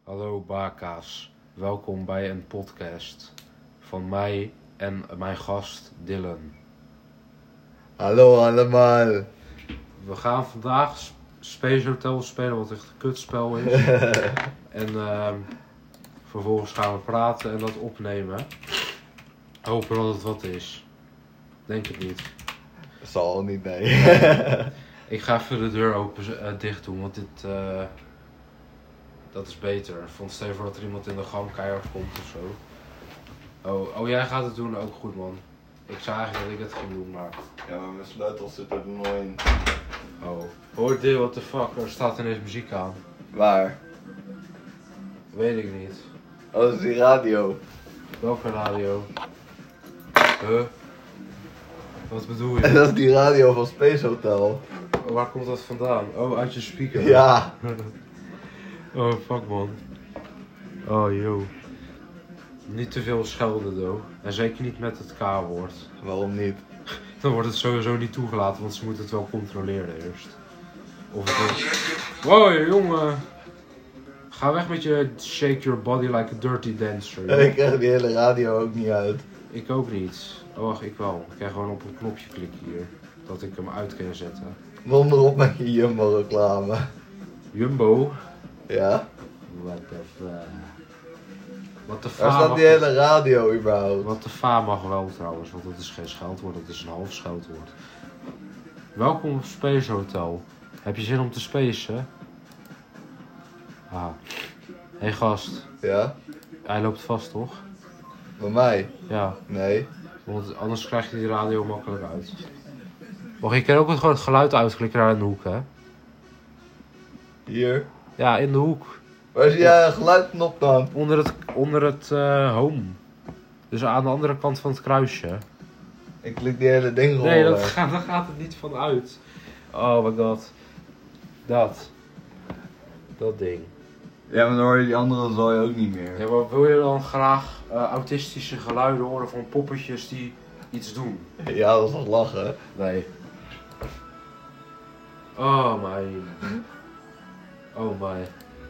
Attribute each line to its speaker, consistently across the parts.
Speaker 1: Hallo Baka's, welkom bij een podcast van mij en mijn gast Dylan.
Speaker 2: Hallo allemaal.
Speaker 1: We gaan vandaag Space Hotel spelen, wat echt een kutspel is. En vervolgens gaan we praten en dat opnemen. Hopen dat het wat is. Denk het niet.
Speaker 2: Zal niet, nee.
Speaker 1: Ik ga even de deur dicht doen, want dit... dat is beter. Vond stel je voor dat er iemand in de gang keihard komt of zo. Oh, jij gaat het doen? Ook goed, man. Ik zou eigenlijk dat ik het ging doen, maar...
Speaker 2: Ja, maar mijn sleutels zitten er nog in.
Speaker 1: Oh. Hoor dit, what the fuck? Er staat ineens muziek aan.
Speaker 2: Waar?
Speaker 1: Weet ik niet.
Speaker 2: Oh, dat is die radio.
Speaker 1: Welke radio? Huh? Wat bedoel je?
Speaker 2: En dat is die radio van Space Hotel.
Speaker 1: Oh, waar komt dat vandaan? Oh, uit je speaker.
Speaker 2: Ja.
Speaker 1: Oh, fuck, man. Oh, yo. Niet te veel schelden, though. En zeker niet met het K-woord.
Speaker 2: Waarom niet?
Speaker 1: Dan wordt het sowieso niet toegelaten, want ze moeten het wel controleren eerst. Of het is... Wow, jongen. Ga weg met je shake your body like a dirty dancer.
Speaker 2: En ik krijg die hele radio ook niet uit.
Speaker 1: Ik ook niet. Oh, wacht, ik wel. Ik kan gewoon op een knopje klikken hier. Dat ik hem uit kan zetten.
Speaker 2: Onderop met je Jumbo reclame.
Speaker 1: Jumbo.
Speaker 2: Ja?
Speaker 1: What the fuck. Wat de
Speaker 2: Waar staat die hele radio überhaupt?
Speaker 1: Wat de fa mag wel trouwens, want dat is geen scheldwoord, dat is een half scheldwoord. Welkom op Space Hotel. Heb je zin om te spacen? Ah. Hey gast,
Speaker 2: Ja?
Speaker 1: hij loopt vast toch?
Speaker 2: Bij mij?
Speaker 1: Ja,
Speaker 2: Nee.
Speaker 1: want anders krijg je die radio makkelijk uit. Wacht, je kan ook gewoon het geluid uitklikken daar in de hoek, hè?
Speaker 2: Hier?
Speaker 1: Ja, in de hoek.
Speaker 2: Waar zie jij een geluidknop dan?
Speaker 1: Onder het home. Dus aan de andere kant van het kruisje.
Speaker 2: Ik klik die hele ding rollen.
Speaker 1: Nee, daar gaat het niet van uit. Oh my god. Dat ding.
Speaker 2: Ja, maar dan hoor je die andere zooi ook niet meer.
Speaker 1: Ja, maar wil je dan graag autistische geluiden horen van poppetjes die iets doen?
Speaker 2: Ja, dat is toch lachen.
Speaker 1: Nee. Oh my. Oh my.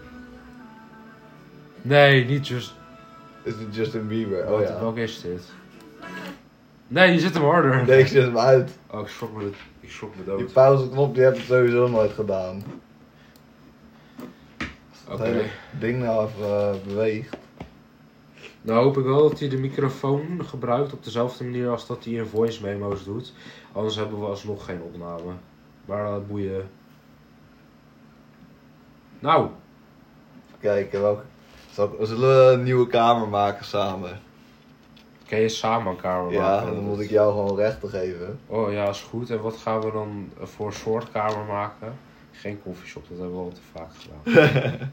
Speaker 1: Nee, niet just...
Speaker 2: Is het Justin Bieber? Oh ja.
Speaker 1: Welke is dit? Nee, je zit hem harder.
Speaker 2: Nee, ik zet hem uit.
Speaker 1: Oh, ik schrok me dood.
Speaker 2: Die pauzeknop die heb ik sowieso nooit gedaan.
Speaker 1: Oké.
Speaker 2: Het hele ding nou even beweegt.
Speaker 1: Nou hoop ik wel dat hij de microfoon gebruikt op dezelfde manier als dat hij in voice memo's doet. Anders hebben we alsnog geen opname. Maar boeien. Nou.
Speaker 2: Even kijken welke. Zullen we een nieuwe kamer maken samen?
Speaker 1: Kan je samen een kamer
Speaker 2: Ja,
Speaker 1: maken?
Speaker 2: dan moet ik jou gewoon rechten geven.
Speaker 1: Oh ja, is goed. En wat gaan we dan voor soort kamer maken? Geen koffieshop, dat hebben we al te vaak gedaan.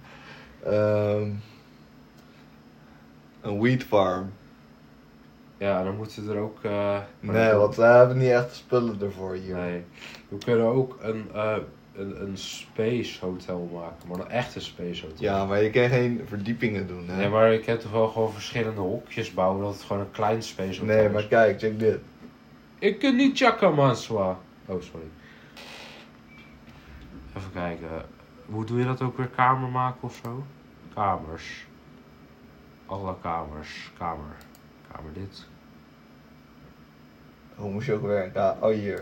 Speaker 2: Een wheat farm.
Speaker 1: Ja, dan moeten we er ook...
Speaker 2: Nee, want we hebben niet echt spullen ervoor hier.
Speaker 1: Nee. We kunnen ook een space hotel maken, maar een echte space hotel.
Speaker 2: Ja, maar je kan geen verdiepingen doen, hè?
Speaker 1: Nee, maar ik heb toch wel gewoon verschillende hokjes bouwen, dat het gewoon een klein space hotel
Speaker 2: Nee,
Speaker 1: is.
Speaker 2: maar kijk, check dit.
Speaker 1: Ik kan niet chakken, manswa. Oh, sorry. Even kijken. Hoe doe je dat ook weer? Kamer maken of zo? Kamers. Alle kamers. Kamer dit.
Speaker 2: Hoe moest je ook weer oh, hier.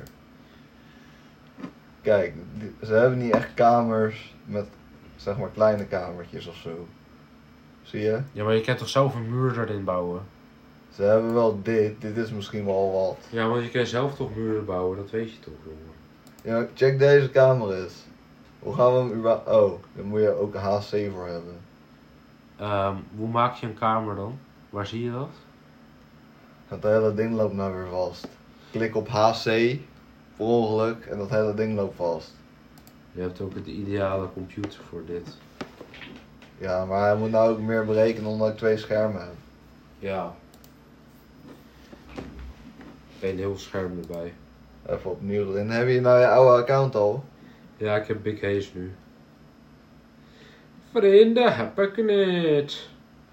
Speaker 2: Kijk, ze hebben niet echt kamers met, zeg maar, kleine kamertjes of zo. Zie je?
Speaker 1: Ja, maar je kan toch zelf een muur erin bouwen?
Speaker 2: Ze hebben wel dit. Dit is misschien wel wat.
Speaker 1: Ja, want je kan zelf toch muren bouwen, dat weet je toch, jongen.
Speaker 2: Ja, check deze kamer eens. Hoe gaan we hem überhaupt... Oh, daar moet je ook een HC voor hebben.
Speaker 1: Hoe maak je een kamer dan? Waar zie je dat?
Speaker 2: Dat hele ding loopt nou weer vast. Klik op HC, per ongeluk, en dat hele ding loopt vast.
Speaker 1: Je hebt ook het ideale computer voor dit.
Speaker 2: Ja, maar hij moet nou ook meer berekenen omdat ik 2 schermen heb.
Speaker 1: Ja. Geen heel scherm erbij.
Speaker 2: Even opnieuw erin. Heb je nou je oude account al?
Speaker 1: Ja, ik heb Big Haze nu. Vrienden, heb ik niet.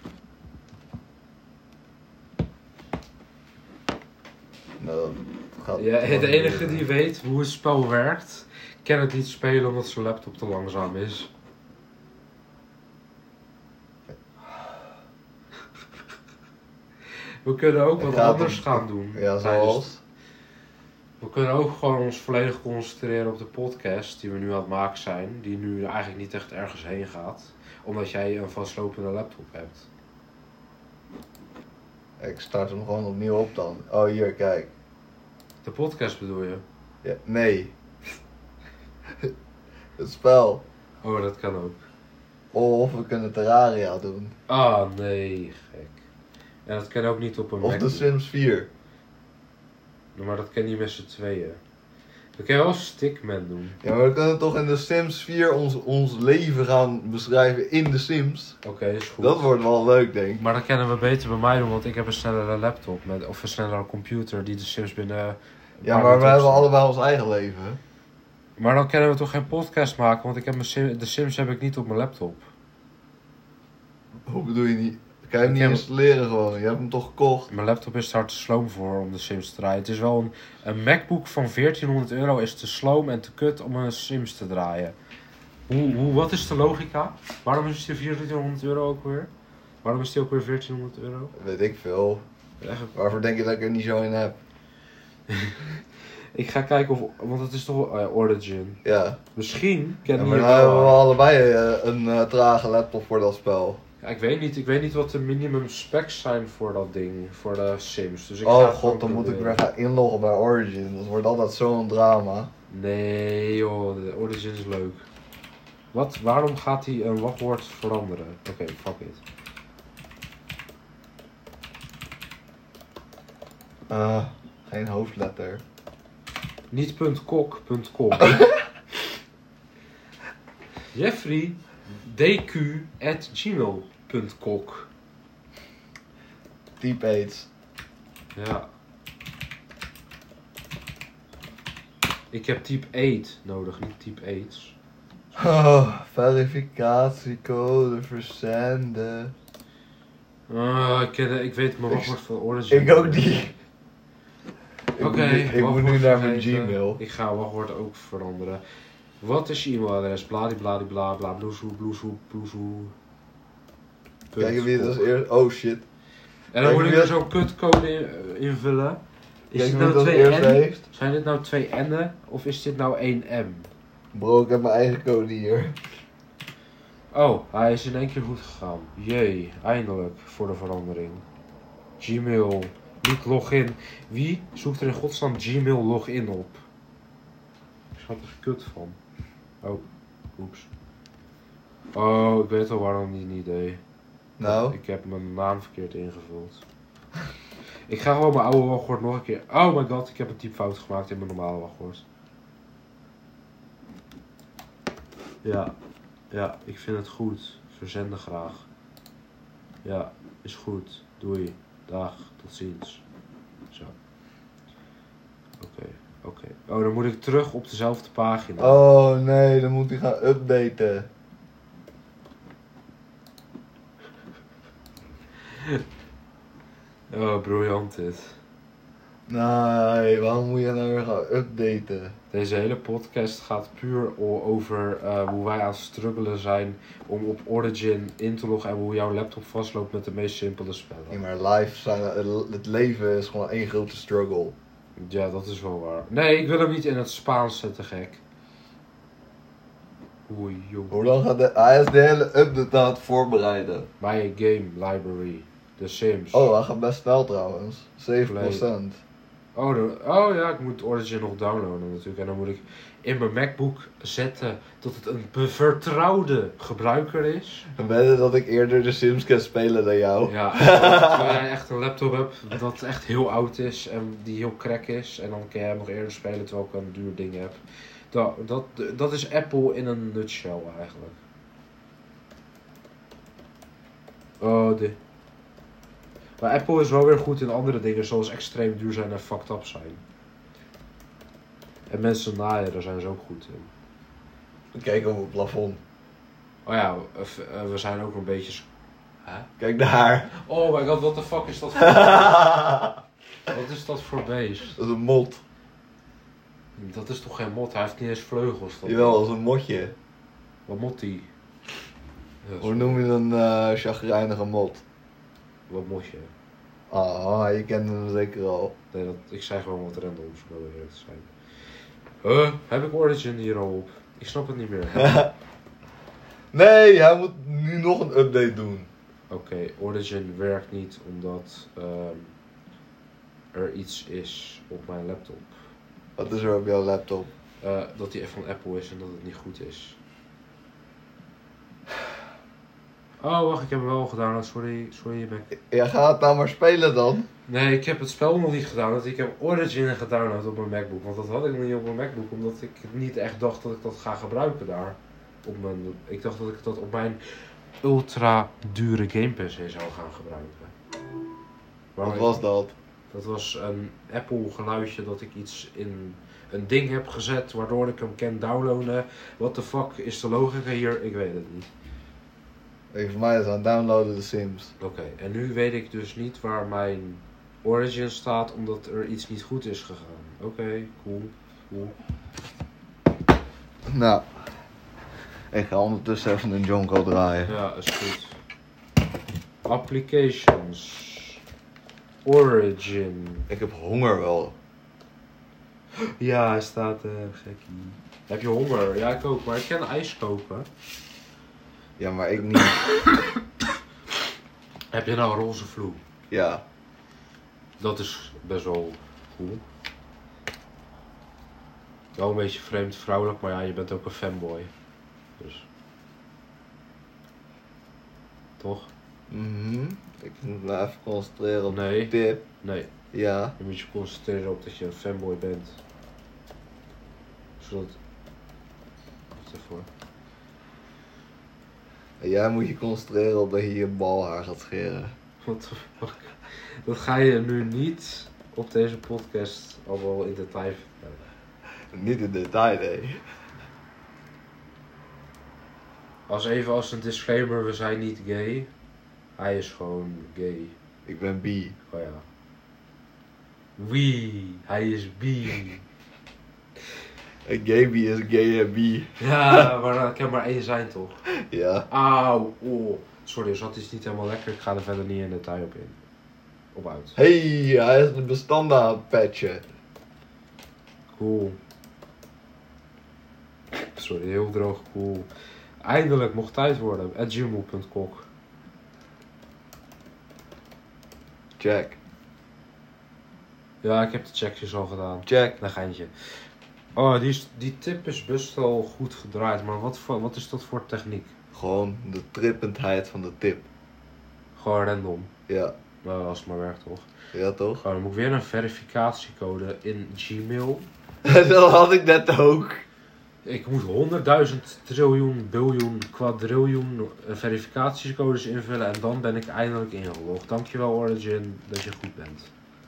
Speaker 2: Nou, dat gaat...
Speaker 1: Ja, de enige die weet hoe het spel werkt, kan het niet spelen omdat zijn laptop te langzaam is. We kunnen ook
Speaker 2: Ik
Speaker 1: wat
Speaker 2: ga het
Speaker 1: anders
Speaker 2: op-
Speaker 1: gaan doen.
Speaker 2: Ja,
Speaker 1: tijdens-
Speaker 2: zoals?
Speaker 1: We kunnen ook gewoon ons volledig concentreren op de podcast die we nu aan het maken zijn. Die nu eigenlijk niet echt ergens heen gaat. Omdat jij een vastlopende laptop hebt.
Speaker 2: Ik start hem gewoon opnieuw op dan. Oh, hier, kijk.
Speaker 1: De podcast bedoel je?
Speaker 2: Ja, nee. Het spel.
Speaker 1: Oh, dat kan ook.
Speaker 2: Of we kunnen Terraria doen.
Speaker 1: Ah, nee, gek. En dat kan ook niet op een
Speaker 2: Of de
Speaker 1: MacBook.
Speaker 2: Sims 4.
Speaker 1: Maar dat kan niet met z'n tweeën. We kunnen wel Stickman doen.
Speaker 2: Ja, maar we kunnen toch in de Sims 4 ons leven gaan beschrijven in de Sims.
Speaker 1: Oké, is goed.
Speaker 2: Dat wordt wel leuk, denk ik.
Speaker 1: Maar dat kunnen we beter bij mij doen, want ik heb een snellere laptop. Of een snellere computer die de Sims binnen...
Speaker 2: Ja,
Speaker 1: paar
Speaker 2: maar we
Speaker 1: minuten
Speaker 2: hebben
Speaker 1: opstart.
Speaker 2: allebei ons eigen leven.
Speaker 1: Maar dan kunnen we toch geen podcast maken, want ik heb de Sims heb ik niet op mijn laptop.
Speaker 2: Hoe bedoel je niet? Kan je hem
Speaker 1: Ik
Speaker 2: niet
Speaker 1: heb-
Speaker 2: installeren gewoon? Je hebt hem toch gekocht?
Speaker 1: Mijn laptop is daar te sloom voor om de Sims te draaien. Het is wel een MacBook van €1400 is te sloom en te kut om een Sims te draaien. Wat is de logica? Waarom is die €1400 ook weer? Waarom is die ook weer €1400?
Speaker 2: Weet ik veel.
Speaker 1: Echt,
Speaker 2: Waarvoor denk je dat ik er niet zo in heb?
Speaker 1: ik ga kijken of... Want het is toch wel... Origin.
Speaker 2: Ja.
Speaker 1: Misschien
Speaker 2: Ja,
Speaker 1: kan
Speaker 2: maar
Speaker 1: hier
Speaker 2: dan hebben we
Speaker 1: wel...
Speaker 2: allebei een trage laptop voor dat spel.
Speaker 1: Ja, ik weet niet wat de minimum specs zijn voor dat ding. Voor de Sims. Dus ik ga
Speaker 2: Oh
Speaker 1: het gewoon
Speaker 2: god, dan moet ik
Speaker 1: proberen.
Speaker 2: weer gaan inloggen bij Origin. Dat wordt altijd zo'n drama.
Speaker 1: Nee joh, de Origin is leuk. Waarom gaat hij een wachtwoord veranderen? Oké, fuck it.
Speaker 2: Geen hoofdletter.
Speaker 1: Niet .kok.com. Jeffrey dq@gmail.com.
Speaker 2: Type AIDS.
Speaker 1: Ja. Ik heb type 8 nodig, niet type AIDS.
Speaker 2: Verificatiecode verzenden.
Speaker 1: Ik weet mijn wachtwoord van Origin.
Speaker 2: Ik ook niet.
Speaker 1: Oké,
Speaker 2: Ik moet nu naar mijn Gmail.
Speaker 1: Ik ga wachtwoord ook veranderen. Wat is je e-mailadres? Bladibladibla, bloezoe.
Speaker 2: Kijken wie het als eerst. Oh shit.
Speaker 1: En dan
Speaker 2: Kijk
Speaker 1: moet ik
Speaker 2: wie
Speaker 1: er
Speaker 2: het-
Speaker 1: zo'n kutcode invullen. Is
Speaker 2: Kijk
Speaker 1: dit
Speaker 2: wie het
Speaker 1: nou
Speaker 2: als
Speaker 1: 2
Speaker 2: eerste
Speaker 1: N?
Speaker 2: heeft.
Speaker 1: Zijn dit nou 2 N'en of is dit nou 1 M?
Speaker 2: Bro, ik heb mijn eigen code hier.
Speaker 1: Oh, hij is in één keer goed gegaan. Jee, eindelijk voor de verandering. Gmail, niet login. Wie zoekt er in godsnaam Gmail login op? Ik schat er kut van. Oh, oeps. Oh, ik weet al waarom die niet deed.
Speaker 2: Nou,
Speaker 1: Ik heb mijn naam verkeerd ingevuld. Ik ga gewoon mijn oude wachtwoord nog een keer... Oh my god, ik heb een typfout gemaakt in mijn normale wachtwoord. Ja, ik vind het goed. Verzenden graag. Ja, is goed. Doei. Dag, tot ziens. Zo. Oké. Oh, dan moet ik terug op dezelfde pagina.
Speaker 2: oh nee, dan moet hij gaan updaten.
Speaker 1: Oh, briljant dit.
Speaker 2: Nee, waarom moet je nou weer gaan updaten?
Speaker 1: Deze hele podcast gaat puur over hoe wij aan het struggelen zijn om op Origin in te loggen en hoe jouw laptop vastloopt met de meest simpele spellen.
Speaker 2: Nee, maar live zijn, het leven is gewoon één grote struggle.
Speaker 1: Ja, dat is wel waar. Nee, ik wil hem niet in het Spaans zetten, gek. Oei, joh.
Speaker 2: Hoe lang gaat hij is de hele update aan het voorbereiden.
Speaker 1: My game library. The Sims.
Speaker 2: Oh, hij gaat best snel trouwens. 7%.
Speaker 1: Oh ja, ik moet Origin nog downloaden natuurlijk. En dan moet ik in mijn MacBook zetten dat het een vertrouwde gebruiker is.
Speaker 2: En wedden dat ik eerder de Sims kan spelen dan jou.
Speaker 1: Ja, terwijl jij echt een laptop hebt dat echt heel oud is en die heel crack is. En dan kan jij hem nog eerder spelen terwijl ik een duur ding heb. Dat is Apple in een nutshell eigenlijk. Oh, dit. Maar Apple is wel weer goed in andere dingen zoals extreem duur zijn en fucked up zijn. En mensen naaien, daar zijn ze ook goed in.
Speaker 2: Kijk op het plafond.
Speaker 1: Oh ja, we zijn ook een beetje... Hè?
Speaker 2: Kijk daar.
Speaker 1: Oh my god, what the fuck is dat voor... Wat is dat voor beest?
Speaker 2: Dat is een mot.
Speaker 1: Dat is toch geen mot? Hij heeft niet eens vleugels.
Speaker 2: Jawel, dat is een motje.
Speaker 1: Wat mot die? Ja,
Speaker 2: Hoe noem je een chagrijnige mot?
Speaker 1: Wat mot je?
Speaker 2: Ah, je kent hem zeker al.
Speaker 1: Nee, ik zei gewoon wat randoms, om heel eerlijk te zijn. Heb ik Origin hier al op? Ik snap het niet meer.
Speaker 2: Nee, hij moet nu nog een update doen.
Speaker 1: Oké, Origin werkt niet omdat er iets is op mijn laptop.
Speaker 2: Wat is er op jouw laptop?
Speaker 1: Dat die echt van Apple is en dat het niet goed is. Oh, wacht, ik heb hem wel gedaan. Sorry, Mac.
Speaker 2: Ja, ga het nou maar spelen dan.
Speaker 1: Nee, ik heb het spel nog niet gedaan. Ik heb Origin gedownload op mijn MacBook. Want dat had ik nog niet op mijn MacBook. Omdat ik niet echt dacht dat ik dat ga gebruiken daar. Ik dacht dat ik dat op mijn ultra dure game PC zou gaan gebruiken.
Speaker 2: Wat was dat?
Speaker 1: Dat was een Apple geluidje dat ik iets in een ding heb gezet. Waardoor ik hem kan downloaden. What the fuck is de logica hier? Ik weet het niet.
Speaker 2: Voor mij is aan downloaden de Sims.
Speaker 1: Oké, en nu weet ik dus niet waar mijn Origin staat, omdat er iets niet goed is gegaan. Oké, cool.
Speaker 2: Nou, ik ga ondertussen even een Jonko draaien.
Speaker 1: Ja, is goed. Applications. Origin.
Speaker 2: Ik heb honger wel.
Speaker 1: Ja, hij staat gekkie. Heb je honger? Ja, ik ook, maar ik kan ijs kopen.
Speaker 2: Ja, maar ik niet.
Speaker 1: Heb je nou roze vloer?
Speaker 2: Ja.
Speaker 1: Dat is best wel cool. Wel een beetje vreemd vrouwelijk, maar ja, je bent ook een fanboy. Dus. Toch?
Speaker 2: Ik moet me even concentreren op
Speaker 1: Nee.
Speaker 2: de tip.
Speaker 1: Nee.
Speaker 2: Ja.
Speaker 1: Je moet je concentreren op dat je een fanboy bent. Zodat... Wacht even hoor.
Speaker 2: En jij moet je concentreren op dat je je balhaar gaat scheren.
Speaker 1: What the fuck? Dat ga je nu niet op deze podcast allemaal in detail vertellen.
Speaker 2: Niet in detail, nee.
Speaker 1: Als een disclaimer, we zijn niet gay. Hij is gewoon gay.
Speaker 2: Ik ben bi.
Speaker 1: Oh ja. Wie? Hij is bi.
Speaker 2: Een gay bi is gay en bi.
Speaker 1: Ja, maar dat kan maar één zijn toch?
Speaker 2: Ja.
Speaker 1: Auw. Oh. Sorry, er zat iets niet helemaal lekker. Ik ga er verder niet in detail op in. Op uit.
Speaker 2: Hey, hij is de bestanden aan het patchen.
Speaker 1: Cool. Sorry, heel droog cool. Eindelijk mocht tijd worden. @gmail.com.
Speaker 2: Check.
Speaker 1: Ja, ik heb de checkjes al gedaan.
Speaker 2: Check.
Speaker 1: Daar geintje. Oh, die tip is best wel goed gedraaid, maar wat is dat voor techniek?
Speaker 2: Gewoon de trippendheid van de tip.
Speaker 1: Gewoon random.
Speaker 2: Ja.
Speaker 1: Nou, als het maar werkt toch?
Speaker 2: Ja, toch?
Speaker 1: Oh, dan moet ik weer een verificatiecode in Gmail.
Speaker 2: Dat had ik net ook.
Speaker 1: Ik moet 100.000 triljoen, biljoen, kwadriljoen verificatiecodes invullen en dan ben ik eindelijk ingelogd. Dankjewel Origin dat je goed bent.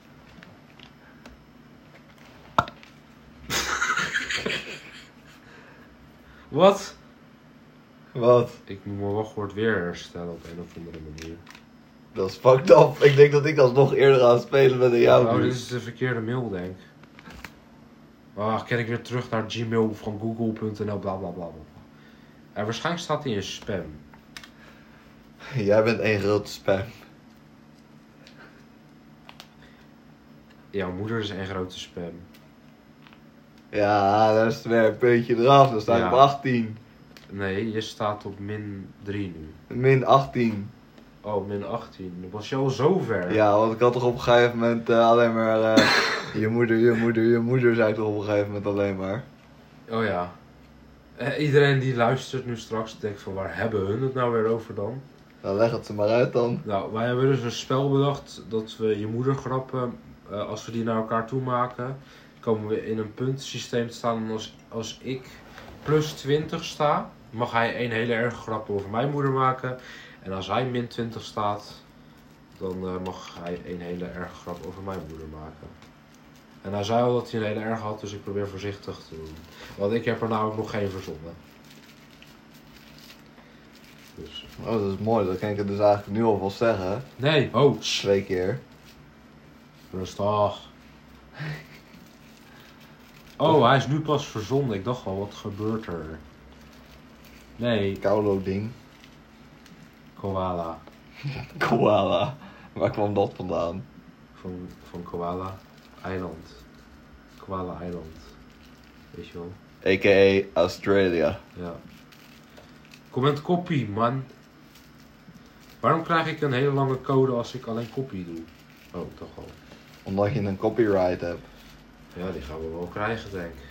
Speaker 1: Wat?
Speaker 2: Wat?
Speaker 1: Ik moet mijn wachtwoord weer herstellen op een of andere manier.
Speaker 2: Dat is fucked up. Ik denk dat ik alsnog eerder aan het spelen ben dan jou.
Speaker 1: Oh, dit is de verkeerde mail, denk ik. Kan ik weer terug naar Gmail van google.nl, bla bla bla. En waarschijnlijk staat hij in spam.
Speaker 2: Jij bent één grote spam.
Speaker 1: Jouw moeder is een grote spam.
Speaker 2: Ja, daar is het weer een puntje eraf. Dan sta ik
Speaker 1: Ja.
Speaker 2: op 18.
Speaker 1: Nee, je staat op -3 nu.
Speaker 2: Min 18.
Speaker 1: Oh, -18. Dan was je al zo ver.
Speaker 2: Ja, want ik had toch op een gegeven moment alleen maar... je moeder zei toch op een gegeven moment alleen maar.
Speaker 1: Oh ja. Iedereen die luistert nu straks denkt van waar hebben hun het nou weer over dan?
Speaker 2: Nou, leg het ze maar uit dan.
Speaker 1: Nou, wij hebben dus een spel bedacht dat we je moedergrappen, als we die naar elkaar toe maken, komen we in een puntensysteem te staan. En als ik +20 sta, mag hij een hele erge grap over mijn moeder maken. En als hij -20 staat, dan mag hij een hele erge grap over mijn moeder maken. En hij zei al dat hij een hele erge had, dus ik probeer voorzichtig te doen. Want ik heb er namelijk nog geen verzonnen. Dus.
Speaker 2: Oh, dat is mooi. Dat kan ik het dus eigenlijk nu alvast zeggen.
Speaker 1: Nee, oh,
Speaker 2: 2 keer.
Speaker 1: rustig. Oh, hij is nu pas verzonnen. Ik dacht al, wat gebeurt er? Nee,
Speaker 2: Kaulo ding.
Speaker 1: koala.
Speaker 2: Koala. Waar kwam dat vandaan?
Speaker 1: van Koala Eiland. Koala Eiland. Weet je wel?
Speaker 2: A.k.a. Australia.
Speaker 1: Ja. Comment copy, man. Waarom krijg ik een hele lange code als ik alleen copy doe? Oh, toch al.
Speaker 2: Omdat je een copyright hebt.
Speaker 1: Ja, die gaan we wel krijgen, denk ik.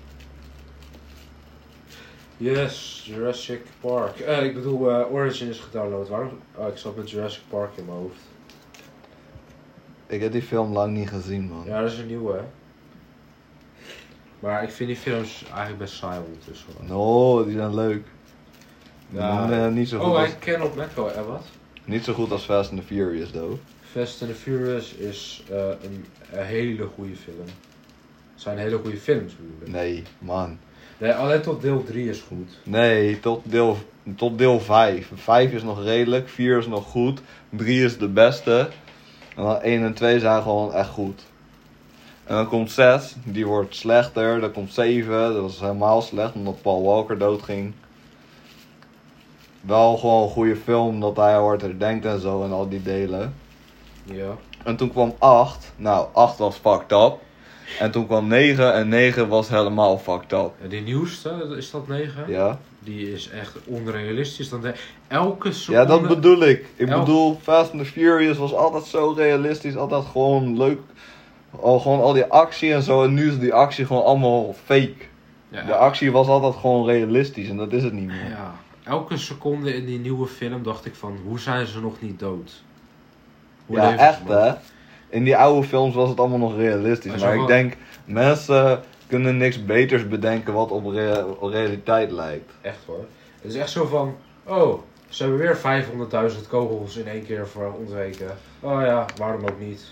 Speaker 1: Yes, Jurassic Park. Ik bedoel, Origin is gedownload. Waarom? Oh, ik zat met Jurassic Park in mijn hoofd.
Speaker 2: Ik heb die film lang niet gezien, man.
Speaker 1: Ja, dat is een nieuwe, hè. Maar ik vind die films eigenlijk best saai ondertussen.
Speaker 2: No, die zijn leuk.
Speaker 1: Ja.
Speaker 2: Niet zo goed
Speaker 1: Oh,
Speaker 2: als,
Speaker 1: ik ken op Macro, wat?
Speaker 2: niet zo goed als Fast and the Furious, though.
Speaker 1: Fast and the Furious is een hele goede film. Het zijn hele goede films, bedoel ik.
Speaker 2: Nee, man.
Speaker 1: Nee, alleen tot deel 3 is goed.
Speaker 2: Nee, tot deel 5. 5 is nog redelijk, 4 is nog goed, 3 is de beste. En dan 1 en 2 zijn gewoon echt goed. En dan komt 6, die wordt slechter. Dan komt 7, dat was helemaal slecht omdat Paul Walker doodging. Wel gewoon een goede film dat hij wordt herdenkt en zo en al die delen.
Speaker 1: Ja.
Speaker 2: En toen kwam 8. Nou, 8 was fucked up. En toen kwam 9 en 9 was helemaal fucked up.
Speaker 1: En die nieuwste, is dat 9?
Speaker 2: Ja?
Speaker 1: Die is echt onrealistisch. Elke seconde...
Speaker 2: Ja, dat bedoel ik. Ik bedoel, Fast and the Furious was altijd zo realistisch, altijd gewoon leuk. Gewoon al die actie en zo. En nu is die actie gewoon allemaal fake.
Speaker 1: Ja,
Speaker 2: De actie was altijd gewoon realistisch en dat is het niet meer.
Speaker 1: Ja, elke seconde in die nieuwe film dacht ik van, hoe zijn ze nog niet dood? Hoe
Speaker 2: Ja,
Speaker 1: leven ze
Speaker 2: echt
Speaker 1: nog?
Speaker 2: hè. In die oude films was het allemaal nog realistisch.
Speaker 1: Maar
Speaker 2: Maar
Speaker 1: zo
Speaker 2: ik
Speaker 1: van-
Speaker 2: denk, mensen kunnen niks beters bedenken wat op realiteit lijkt.
Speaker 1: Echt hoor. Het is echt zo van, oh, ze hebben weer 500.000 kogels in één keer voor ontweken. Oh ja, waarom ook niet?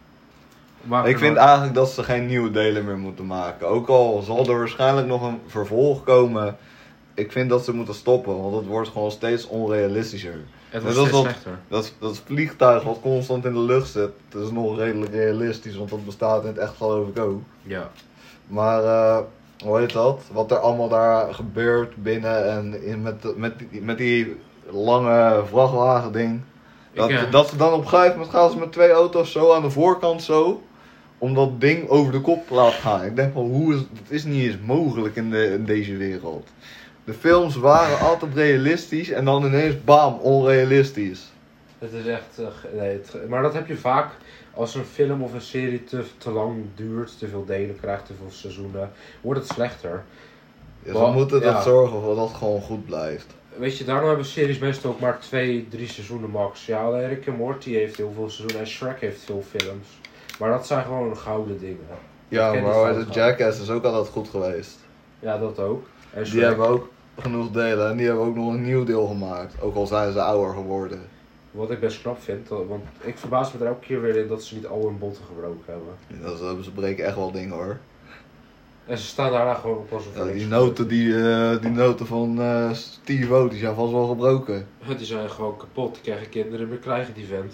Speaker 2: Ik vind eigenlijk dat ze geen nieuwe delen meer moeten maken. Ook al zal er waarschijnlijk nog een vervolg komen. Ik vind dat ze moeten stoppen, want het wordt gewoon steeds onrealistischer.
Speaker 1: Het
Speaker 2: dat
Speaker 1: wordt
Speaker 2: is
Speaker 1: steeds
Speaker 2: wat-
Speaker 1: slechter.
Speaker 2: Dat vliegtuig wat constant in de lucht zit, dat is nog redelijk realistisch, want dat bestaat in het echt geloof ik ook.
Speaker 1: Ja.
Speaker 2: Maar hoe heet dat? Wat er allemaal daar gebeurt binnen en met die lange vrachtwagen ding. Dat ze dan op een gegeven moment gaan ze met 2 auto's zo aan de voorkant zo. Om dat ding over de kop te laten gaan. Ik denk van dat is niet eens mogelijk in deze wereld. De films waren altijd realistisch en dan ineens bam, onrealistisch.
Speaker 1: Het is echt, maar dat heb je vaak als een film of een serie te lang duurt, te veel delen krijgt, te veel seizoenen, wordt het slechter.
Speaker 2: Ja, ze moeten
Speaker 1: ja.
Speaker 2: dat zorgen dat het gewoon goed blijft.
Speaker 1: Weet je, daarom hebben series meestal ook maar 2, 3 seizoenen max. Ja, alleen Rick en Morty heeft heel veel seizoenen en Shrek heeft veel films. Maar dat zijn gewoon gouden dingen.
Speaker 2: Ja,
Speaker 1: Ik ken die
Speaker 2: maar
Speaker 1: fout
Speaker 2: de Jackass is ook altijd goed geweest.
Speaker 1: Ja, dat ook. En
Speaker 2: Die
Speaker 1: Shrek.
Speaker 2: hebben ook genoeg delen en die hebben ook nog een nieuw deel gemaakt. Ook al zijn ze ouder geworden.
Speaker 1: Wat ik best knap vind, want ik verbaas me er elke keer weer in dat ze niet al hun botten gebroken hebben.
Speaker 2: Ze breken echt wel dingen hoor.
Speaker 1: En ze staan daarna gewoon op als een
Speaker 2: Ja, die noten van Steve-O, die zijn vast wel gebroken.
Speaker 1: Die zijn gewoon kapot, die krijgen kinderen meer krijgen die vent.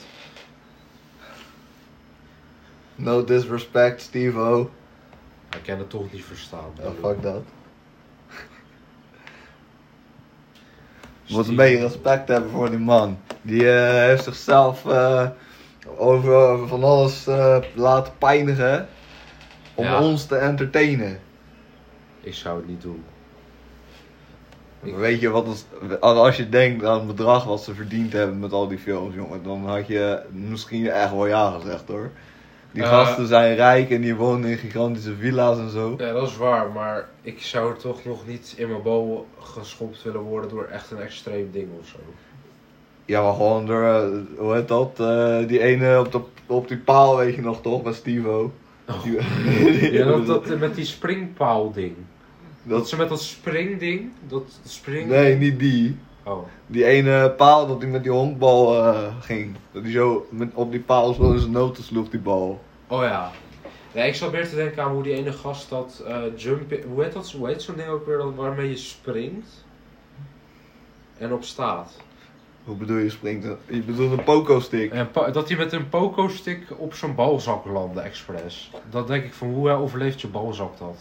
Speaker 2: No disrespect, Steve-O.
Speaker 1: Hij kan het toch niet verstaan.
Speaker 2: Ja, fuck dat. Je moet een beetje respect hebben voor die man. Die heeft zichzelf over van alles laten pijnigen om
Speaker 1: Ja.
Speaker 2: ons te entertainen.
Speaker 1: Ik zou het niet doen.
Speaker 2: Weet je wat als je denkt aan het bedrag wat ze verdiend hebben met al die films, jongen, dan had je misschien echt wel ja gezegd hoor. Die gasten zijn rijk en die wonen in gigantische villa's en zo.
Speaker 1: Ja, dat is waar, maar ik zou er toch nog niet in mijn bal geschopt willen worden door echt een extreem ding of zo.
Speaker 2: Ja, maar gewoon door, hoe heet dat? Die ene op die paal, weet je nog toch, met Steve-O.
Speaker 1: Ja, dat met die springpaal ding. Dat ze met dat springding,
Speaker 2: Nee, niet die.
Speaker 1: Oh.
Speaker 2: Die ene paal dat hij met die honkbal ging. Dat hij zo op die paal zo in zijn noten sloeg, die bal.
Speaker 1: Oh ja. Nee, ik zat meer te denken aan hoe die ene gast dat hoe heet zo'n ding ook weer waarmee je springt en op staat.
Speaker 2: Hoe bedoel je springt? Je bedoelt een pogo-stick?
Speaker 1: En dat hij met een pogo-stick op zijn balzak landde, expres. Dat denk ik van, hoe overleeft je balzak dat?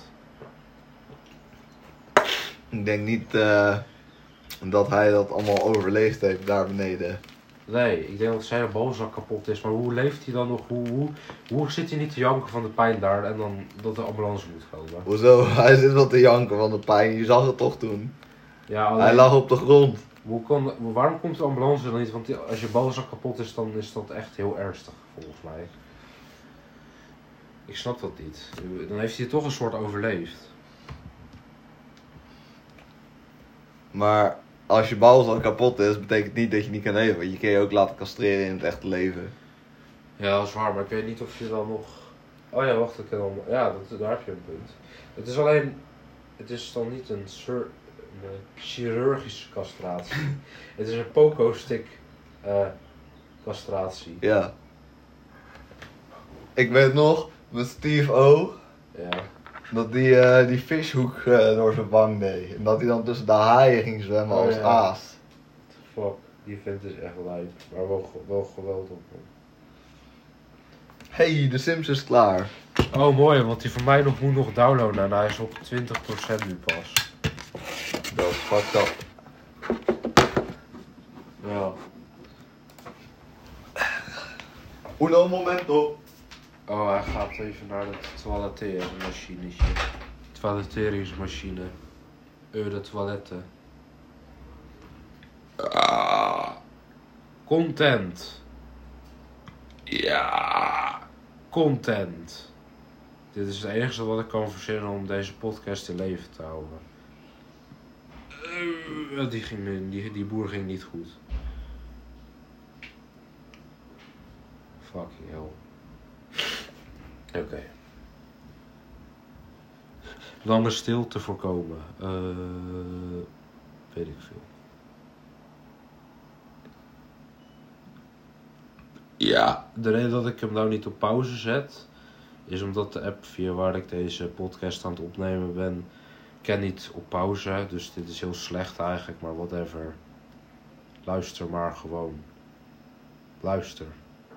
Speaker 2: Ik denk niet dat hij dat allemaal overleefd heeft daar beneden.
Speaker 1: Nee, ik denk dat zijn balzak kapot is. Maar hoe leeft hij dan nog? Hoe zit hij niet te janken van de pijn daar en dan dat de ambulance moet komen?
Speaker 2: Hoezo? Hij zit wel te janken van de pijn. Je zag het toch toen.
Speaker 1: Ja, alleen,
Speaker 2: hij lag op de grond.
Speaker 1: Waarom komt de ambulance dan niet? Want als je balzak kapot is, dan is dat echt heel ernstig, volgens mij. Ik snap dat niet. Dan heeft hij toch een soort overleefd.
Speaker 2: Maar als je balzak kapot is, betekent niet dat je niet kan leven. Want je kan je ook laten castreren in het echte leven.
Speaker 1: Ja, dat is waar, maar ik weet niet of je dan nog... Oh ja, wacht, ik kan dan... Ja, daar heb je een punt. Het is alleen... Het is dan niet een chirurgische castratie. Het is een pogo-stick castratie.
Speaker 2: Ja. Ik weet nog, met Steve O.
Speaker 1: Ja.
Speaker 2: Dat die vishoek door zijn wang deed. En dat hij dan tussen de haaien ging zwemmen als aas.
Speaker 1: Fuck, die vent is echt lijp. Maar wel geweldig.
Speaker 2: Hey, de Sims is klaar.
Speaker 1: Oh mooi, want die van mij moet nog downloaden en hij is op 20% nu pas.
Speaker 2: Dat is fucked up.
Speaker 1: Ja.
Speaker 2: Uno momento.
Speaker 1: Oh, hij gaat even naar het toiletteringsmachinetje. Toiletteringsmachine. De toiletten. Content. Ja. Content. Dit is het enige wat ik kan verzinnen om deze podcast in leven te houden. Die boer ging niet goed. Fucking hell. Oké. Lange stilte voorkomen. Weet ik veel. Ja, de reden dat ik hem nou niet op pauze zet, is omdat de app via waar ik deze podcast aan het opnemen ben, kan niet op pauze. Dus dit is heel slecht eigenlijk, maar whatever. Luister maar gewoon. Luister.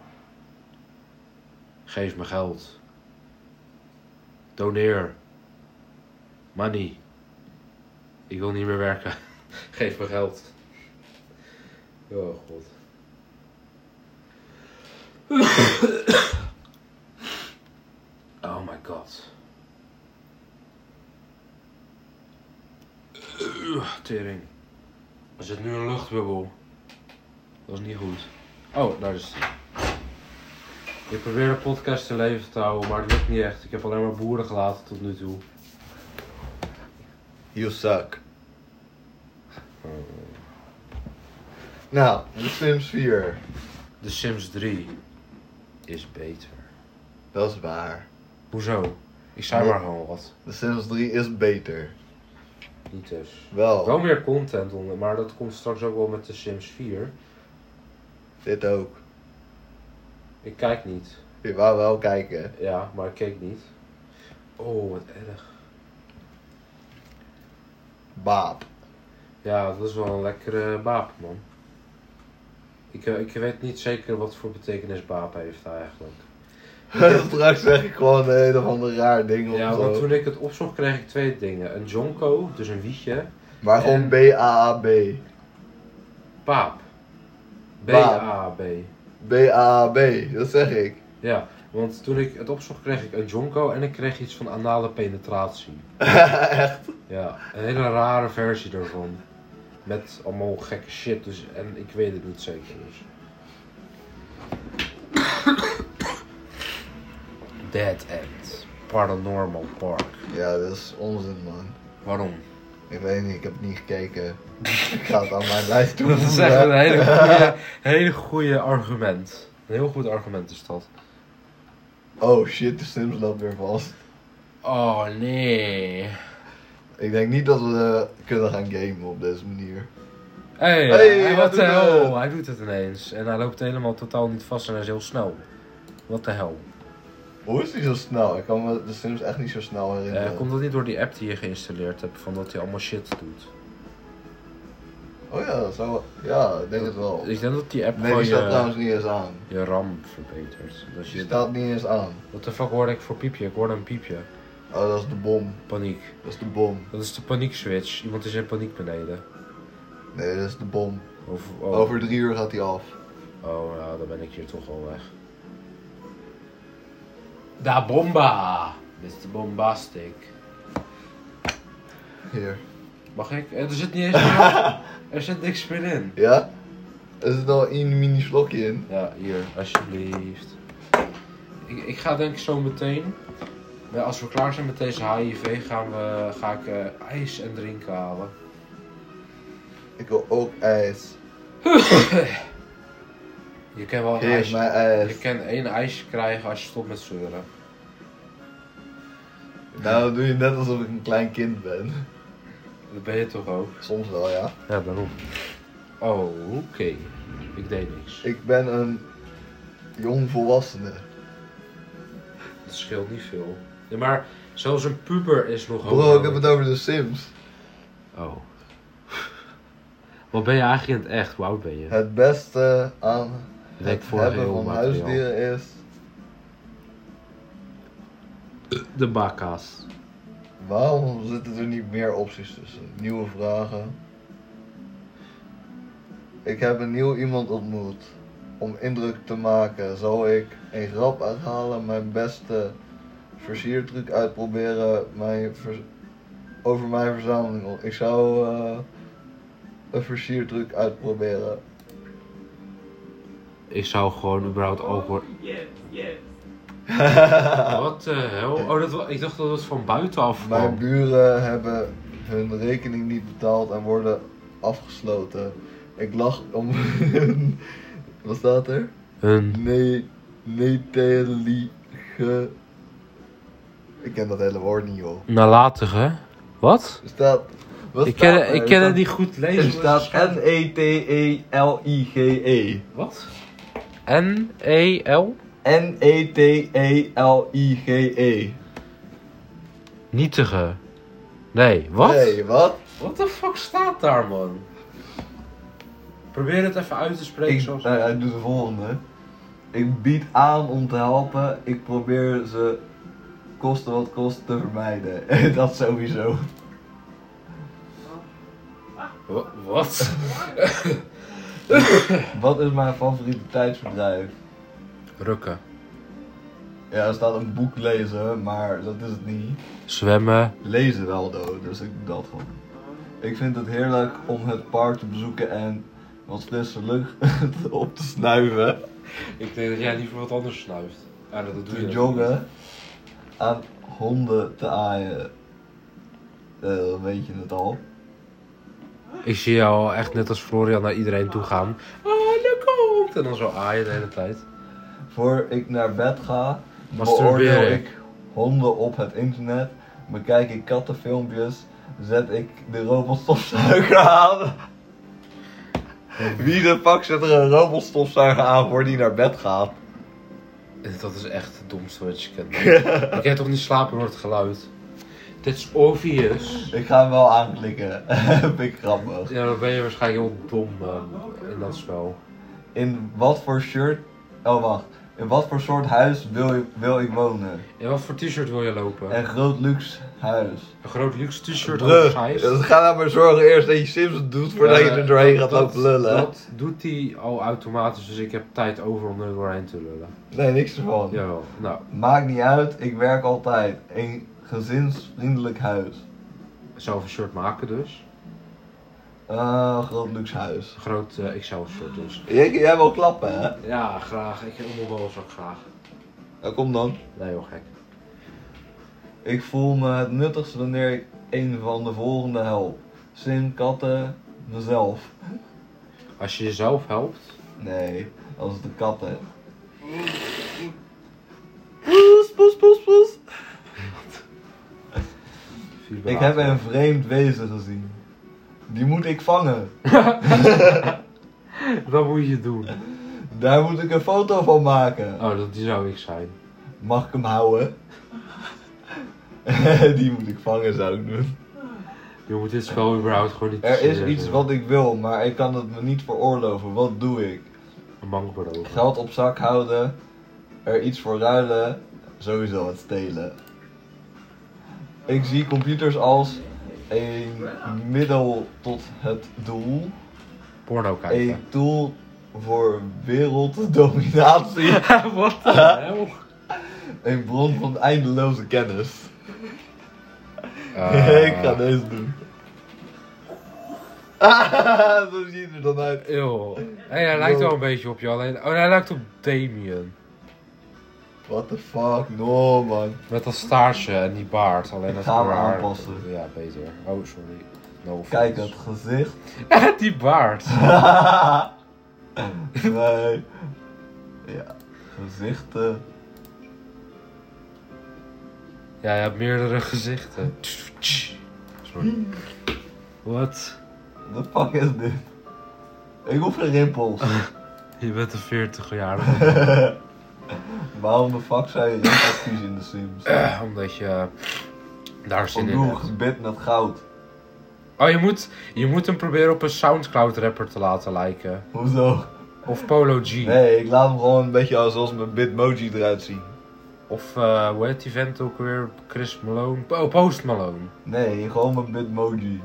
Speaker 1: Geef me geld. Doneer. Money. Ik wil niet meer werken. Geef me geld. Oh god. Oh my god. Tering. Er zit nu een luchtbubbel. Dat is niet goed. Oh, daar is het. Ik probeer de podcast te leven te houden, maar het lukt niet echt. Ik heb alleen maar boeren gelaten tot nu toe.
Speaker 2: You suck. Nou, The Sims 4.
Speaker 1: The Sims 3 is beter.
Speaker 2: Dat is waar.
Speaker 1: Hoezo? Ik zei maar gewoon wat.
Speaker 2: The Sims 3 is beter.
Speaker 1: Niet dus.
Speaker 2: Wel.
Speaker 1: Wel meer content onder, maar dat komt straks ook wel met The Sims 4.
Speaker 2: Dit ook.
Speaker 1: Ik kijk niet.
Speaker 2: Je wou wel kijken.
Speaker 1: Ja, maar ik keek niet. Oh, wat erg.
Speaker 2: Baap.
Speaker 1: Ja, dat is wel een lekkere baap, man. Ik weet niet zeker wat voor betekenis baap heeft eigenlijk.
Speaker 2: Straks zeg ik gewoon een of ander raar ding
Speaker 1: Ja,
Speaker 2: of
Speaker 1: want
Speaker 2: zo.
Speaker 1: toen ik het opzocht kreeg ik twee dingen. Een jonko, dus een wietje.
Speaker 2: Maar gewoon B-A-A-B.
Speaker 1: Baap. B-A-B.
Speaker 2: B-A-A-B, dat zeg ik.
Speaker 1: Ja, want toen ik het opzocht kreeg ik een jonko en ik kreeg iets van anale penetratie.
Speaker 2: Echt?
Speaker 1: Ja, een hele rare versie daarvan. Met allemaal gekke shit, dus, en ik weet het niet zeker dus. Dead End. Paranormal Park.
Speaker 2: Ja, dat is onzin, man.
Speaker 1: Waarom?
Speaker 2: Ik weet niet, ik heb niet gekeken. Ik ga het aan mijn lijst doen.
Speaker 1: Dat is echt een hele goede argument. Een heel goed argument is dat.
Speaker 2: Oh shit, de Sims loopt weer vast.
Speaker 1: Oh nee.
Speaker 2: Ik denk niet dat we kunnen gaan gamen op deze manier.
Speaker 1: Hey, wat de hel? Hij doet het ineens. En hij loopt helemaal totaal niet vast en hij is heel snel. Wat de hel?
Speaker 2: Hoe is hij zo snel? Ik kan me de Sims echt niet zo snel herinneren.
Speaker 1: Komt dat niet door die app die je geïnstalleerd hebt, van dat hij allemaal shit doet?
Speaker 2: Oh ja, dat zou... Ja, ik denk het wel.
Speaker 1: Ik denk dat die app
Speaker 2: Nee,
Speaker 1: gewoon
Speaker 2: die staat trouwens niet eens aan.
Speaker 1: je RAM verbetert. Dus
Speaker 2: Die staat niet eens aan.
Speaker 1: Wat de fuck hoorde ik voor piepje? Ik hoorde een piepje.
Speaker 2: Oh, dat is de bom.
Speaker 1: Paniek.
Speaker 2: Dat is de bom.
Speaker 1: Dat is de paniek-switch. Iemand is in paniek beneden.
Speaker 2: Nee, dat is de bom.
Speaker 1: Oh.
Speaker 2: Over 3 uur gaat hij af.
Speaker 1: Oh, nou, dan ben ik hier toch al weg. Da bomba! Mr. Bombastic.
Speaker 2: Hier.
Speaker 1: Mag ik? Er zit niet eens meer. Er zit niks meer in.
Speaker 2: Ja? Er zit al een mini slokje in.
Speaker 1: Ja, hier, alsjeblieft. Ik ga denk ik zo meteen, als we klaar zijn met deze HIV, ga ik ijs en drinken halen.
Speaker 2: Ik wil ook ijs.
Speaker 1: Je kan wel een
Speaker 2: Geef
Speaker 1: ijsje,
Speaker 2: mij ijs.
Speaker 1: je kan 1 ijsje krijgen als je stopt met zeuren.
Speaker 2: Nou, doe je net alsof ik een klein kind ben.
Speaker 1: Dat ben je toch ook?
Speaker 2: Soms wel, ja.
Speaker 1: Ja, daarom. Oh, oké. Ik deed niks.
Speaker 2: Ik ben een jong volwassene.
Speaker 1: Dat scheelt niet veel. Ja, maar zelfs een puber is nog
Speaker 2: Bro, ik heb het over de Sims.
Speaker 1: Oh. Wat ben je eigenlijk in het echt? Hoe oud ben je?
Speaker 2: Het beste aan
Speaker 1: Denk
Speaker 2: het
Speaker 1: voor
Speaker 2: hebben
Speaker 1: heel
Speaker 2: van
Speaker 1: materiaal.
Speaker 2: huisdieren is...
Speaker 1: De bakka's.
Speaker 2: Waarom zitten er niet meer opties tussen? Nieuwe vragen. Ik heb een nieuw iemand ontmoet. Om indruk te maken zal ik een grap uithalen, mijn beste versiertruc uitproberen, over mijn verzameling. Ik zou een versiertruc uitproberen.
Speaker 1: Ik zou gewoon überhaupt ook... Wat de hel? Oh, ik dacht dat het van buitenaf kwam.
Speaker 2: Mijn buren hebben hun rekening niet betaald en worden afgesloten. Ik lach om hun... Wat staat er?
Speaker 1: Hun...
Speaker 2: Netelige... Ik ken dat hele woord niet, joh.
Speaker 1: Nalatige? Wat?
Speaker 2: Er staat... Wat
Speaker 1: Ik
Speaker 2: staat er?
Speaker 1: ken het niet goed lezen.
Speaker 2: Er staat N-E-T-E-L-I-G-E.
Speaker 1: Wat? N-E-L?
Speaker 2: N-E-T-E-L-I-G-E.
Speaker 1: Nietige. Nee, wat?
Speaker 2: Nee, wat?
Speaker 1: What the fuck staat daar, man? Probeer het even uit te spreken zoals...
Speaker 2: Hij doet de volgende. Ik bied aan om te helpen. Ik probeer ze koste wat kost te vermijden. Dat sowieso.
Speaker 1: Wat?
Speaker 2: Wat is mijn favoriete tijdsverdrijf?
Speaker 1: Rukken.
Speaker 2: Ja, er staat een boek lezen, maar dat is het niet.
Speaker 1: Zwemmen.
Speaker 2: Lezen wel, dus ik doe dat gewoon. Ik vind het heerlijk om het park te bezoeken en wat frisse lucht op te snuiven.
Speaker 1: Ik denk dat jij liever wat anders snuift. Ja, dat doe je
Speaker 2: Te joggen. Aan honden te aaien. Dan weet je het al.
Speaker 1: Ik zie jou echt net als Florian naar iedereen toe gaan. Oh, daar komt! En dan zo aaien de hele tijd.
Speaker 2: Voor ik naar bed ga,
Speaker 1: Masturberen.
Speaker 2: beoordeel ik honden op het internet. Bekijk ik kattenfilmpjes. Zet ik de robotstofzuiger aan. Wie de fuck zet er een robotstofzuiger aan voor die naar bed gaat?
Speaker 1: Dat is echt het domste wat je kent. Ik kan toch niet slapen door het geluid? Dit is obvious.
Speaker 2: Ik ga hem wel aanklikken. Vind ik grappig.
Speaker 1: Ja, dan ben je waarschijnlijk heel dom in dat spel.
Speaker 2: In wat voor shirt... Oh, wacht. In wat voor soort huis wil ik wonen?
Speaker 1: In wat voor t-shirt wil je lopen?
Speaker 2: Een groot luxe huis.
Speaker 1: Een groot luxe t-shirt
Speaker 2: Bruh,
Speaker 1: oversized?
Speaker 2: dus ga nou maar zorgen eerst dat je Sims doet voordat je er doorheen gaat lopen lullen.
Speaker 1: Dat doet hij al automatisch, dus ik heb tijd over om er doorheen te lullen.
Speaker 2: Nee, niks ervan.
Speaker 1: Jawel, nou.
Speaker 2: Maakt niet uit, ik werk altijd. Een gezinsvriendelijk huis.
Speaker 1: Zelf een shirt maken dus.
Speaker 2: Groot luxe huis.
Speaker 1: Een groot XL shirt dus.
Speaker 2: Jij wil klappen, hè?
Speaker 1: Ja, graag. Ik heb nog wel eens ook graag.
Speaker 2: Nou, kom dan.
Speaker 1: Nee, heel gek.
Speaker 2: Ik voel me het nuttigste wanneer ik een van de volgende help. Sim, katten, mezelf.
Speaker 1: Als je jezelf helpt.
Speaker 2: Nee, als het de katten. Poes, poes, poes, poes. Ik heb een vreemd wezen gezien. Die moet ik vangen.
Speaker 1: Wat moet je doen?
Speaker 2: Daar moet ik een foto van maken.
Speaker 1: Oh, die zou ik zijn.
Speaker 2: Mag ik hem houden? Die moet ik vangen, zou ik doen.
Speaker 1: Je moet dit spel überhaupt gewoon niet...
Speaker 2: Er is iets wat ik wil, maar ik kan het me niet veroorloven. Wat doe ik?
Speaker 1: Een bank beroven.
Speaker 2: Geld op zak houden. Er iets voor ruilen. Sowieso het stelen. Ik zie computers als een middel tot het doel.
Speaker 1: Porno kijken.
Speaker 2: Een tool voor werelddominatie.
Speaker 1: Wat de hel?
Speaker 2: Een bron van eindeloze kennis. Ik ga deze doen. Zo ziet het er dan uit.
Speaker 1: Eeuw. Hey, hij lijkt wel een beetje op je, alleen... Oh, hij lijkt op Damien.
Speaker 2: What the fuck, no man.
Speaker 1: Met dat staartje en die baard, alleen dat
Speaker 2: Gaan we
Speaker 1: haar.
Speaker 2: aanpassen.
Speaker 1: Ja, beter. Oh, sorry. No
Speaker 2: Kijk,
Speaker 1: offense.
Speaker 2: dat gezicht.
Speaker 1: Die baard.
Speaker 2: Nee. Ja, gezichten.
Speaker 1: Ja, je hebt meerdere gezichten. Sorry. Wat?
Speaker 2: The fuck is dit? Ik hoef geen rimpels.
Speaker 1: Je bent een 40-jarige.
Speaker 2: Waarom de fuck zou je rimpels kiezen in de Sims?
Speaker 1: Omdat je daar zin in
Speaker 2: Doe
Speaker 1: hebt.
Speaker 2: gebit met goud.
Speaker 1: Oh, je moet hem proberen op een Soundcloud rapper te laten lijken.
Speaker 2: Hoezo?
Speaker 1: Of Polo G.
Speaker 2: Nee, ik laat hem gewoon een beetje zoals mijn Bitmoji eruit zien.
Speaker 1: Of hoe heet die vent ook weer? Chris Malone? Oh, Post Malone.
Speaker 2: Nee, gewoon mijn Bitmoji.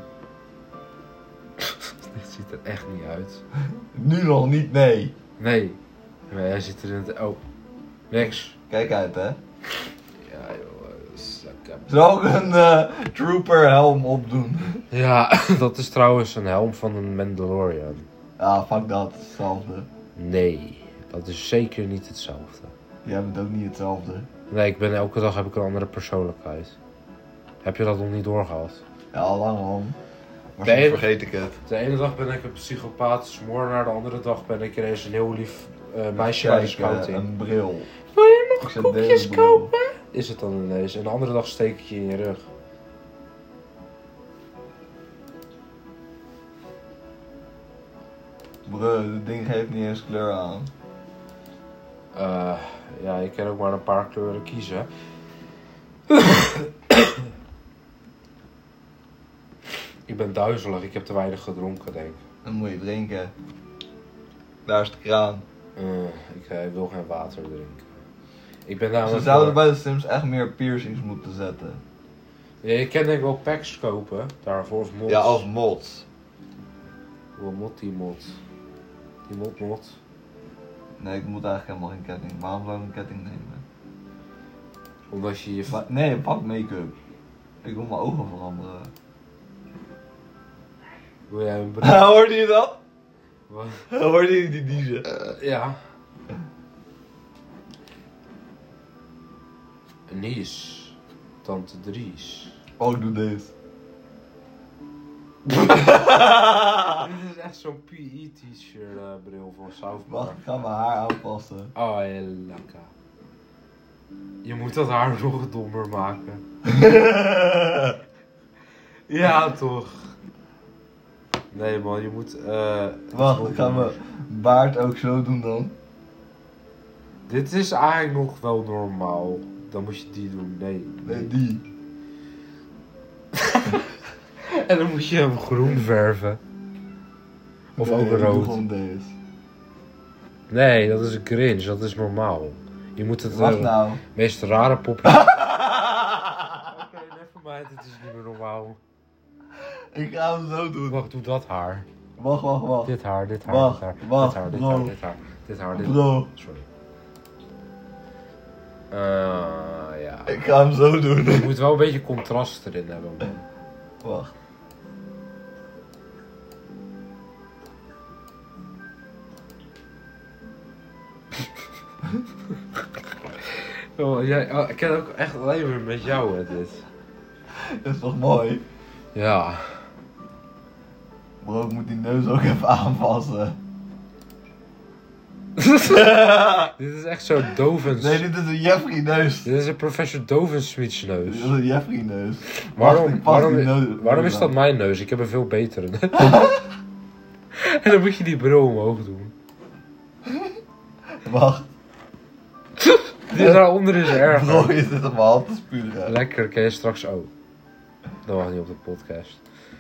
Speaker 1: Dit ziet er echt niet uit.
Speaker 2: Nu nog niet, nee.
Speaker 1: Nee. Maar hij zit er in het... Oh. Niks.
Speaker 2: Kijk uit, hè.
Speaker 1: Ja, joh. Zakken.
Speaker 2: Zou ik een trooper helm opdoen?
Speaker 1: Ja, dat is trouwens een helm van een Mandalorian.
Speaker 2: Ja, fuck dat. Hetzelfde.
Speaker 1: Nee, dat is zeker niet hetzelfde.
Speaker 2: Jij bent ook niet hetzelfde.
Speaker 1: Nee, elke dag heb ik een andere persoonlijkheid. Heb je dat nog niet doorgehad?
Speaker 2: Ja, al lang al. Maar
Speaker 1: Nee,
Speaker 2: soms vergeet ik het.
Speaker 1: De ene dag ben ik een psychopaat moordenaar, de andere dag ben ik ineens een heel lief meisje bij de
Speaker 2: Kijk,
Speaker 1: scouting.
Speaker 2: een bril.
Speaker 1: Wil je
Speaker 2: Ik
Speaker 1: nog
Speaker 2: zet
Speaker 1: koekjes
Speaker 2: deze bril.
Speaker 1: kopen? Is het dan ineens. En de andere dag steek ik je in je rug.
Speaker 2: Bro, dit ding geeft niet eens kleur aan.
Speaker 1: Ja, je kan ook maar een paar kleuren kiezen. Ik ben duizelig, ik heb te weinig gedronken, denk ik.
Speaker 2: Dan moet je drinken. Daar is de kraan.
Speaker 1: Ik wil geen water drinken. Ik ben
Speaker 2: Ze
Speaker 1: namelijk...
Speaker 2: zouden bij de Sims echt meer piercings moeten zetten.
Speaker 1: Ja, je kan denk ik wel packs kopen, daarvoor of mods.
Speaker 2: Ja, als mods.
Speaker 1: Hoe mod die mod? Die mod.
Speaker 2: Nee, ik moet eigenlijk helemaal geen ketting. Waarom zou ik een ketting nemen?
Speaker 1: Omdat je je...
Speaker 2: Maar, nee, pak make-up. Ik wil mijn ogen veranderen.
Speaker 1: Wil jij een bril?
Speaker 2: Hoorde je dat?
Speaker 1: Wat?
Speaker 2: Hoorde je die diezen?
Speaker 1: Ja. Nies. Tante Dries.
Speaker 2: Oh, ik doe deze.
Speaker 1: Dit is echt zo'n PE-teacher bril van South
Speaker 2: Wacht,
Speaker 1: Park.
Speaker 2: ik ga mijn haar aanpassen.
Speaker 1: Oh, lekker. Je moet dat haar nog dommer maken. Ja, toch. Nee man, je moet...
Speaker 2: Wacht, ik ga mijn baard ook zo doen dan.
Speaker 1: Dit is eigenlijk nog wel normaal. Dan moet je die doen. Nee.
Speaker 2: Nee, die.
Speaker 1: En dan moet je hem groen verven. Of
Speaker 2: Nee,
Speaker 1: ook
Speaker 2: ik doe
Speaker 1: rood.
Speaker 2: gewoon deze.
Speaker 1: Nee, dat is een Grinch. Dat is normaal. Je moet het
Speaker 2: Wacht nou.
Speaker 1: meest rare popje... Oké, nevermind. Het is niet meer normaal.
Speaker 2: Ik ga hem zo doen.
Speaker 1: Wacht, doe dat haar.
Speaker 2: Wacht.
Speaker 1: Dit haar, dit haar,
Speaker 2: Wacht,
Speaker 1: dit haar.
Speaker 2: wacht,
Speaker 1: dit haar, dit
Speaker 2: bro.
Speaker 1: haar, dit haar. Dit haar, dit
Speaker 2: Bro,
Speaker 1: Sorry. Ja.
Speaker 2: ik ga hem zo doen.
Speaker 1: Je moet wel een beetje contrast erin hebben, man.
Speaker 2: Wacht.
Speaker 1: Ik ken ook echt alleen maar met jou, hè, dit.
Speaker 2: Dat is toch mooi?
Speaker 1: Ja.
Speaker 2: Bro, ik moet die neus ook even aanpassen.
Speaker 1: Dit is echt zo Dovens.
Speaker 2: Nee, dit is een Jeffrey neus.
Speaker 1: Dit is een Professor Dovenswitch
Speaker 2: Dit
Speaker 1: neus.
Speaker 2: is een Jeffrey neus.
Speaker 1: Waarom is dat mijn neus? Ik heb een veel betere neus. En dan moet je die bril omhoog doen.
Speaker 2: Wacht.
Speaker 1: Dit daaronder is erger.
Speaker 2: Bro, je zit op mijn hand te spugen.
Speaker 1: Lekker, ken je straks ook. Dat mag niet op de podcast.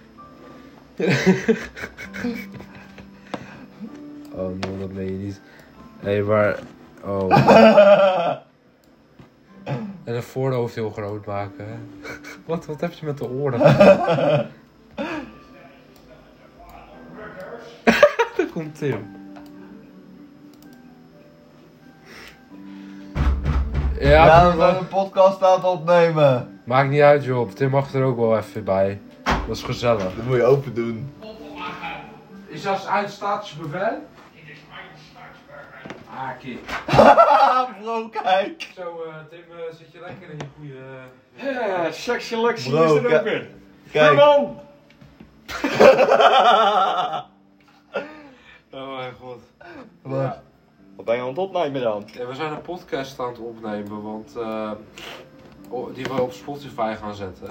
Speaker 1: Oh no, dat meen je niet. Hé, maar... Oh. En een voorhoofd heel groot maken. Hè? Wat heb je met de oren? Daar komt Tim.
Speaker 2: Ja, we zijn een podcast aan het opnemen.
Speaker 1: Maakt niet uit, joh. Tim mag er ook wel even bij. Dat is gezellig.
Speaker 2: Dat moet je open doen.
Speaker 1: Is dat een statische bevel? Ah, kijk.
Speaker 2: Bro, kijk.
Speaker 1: Zo, Tim, zit je lekker in je goede...
Speaker 3: Ja, sexy Lexi
Speaker 2: Bro,
Speaker 3: is er ook weer.
Speaker 2: Kijk.
Speaker 3: Man!
Speaker 1: Oh mijn god.
Speaker 2: Wat?
Speaker 1: Ja.
Speaker 3: Wat ben je aan het opnemen dan?
Speaker 1: Ja, we zijn een podcast aan het opnemen, want die we op Spotify gaan zetten.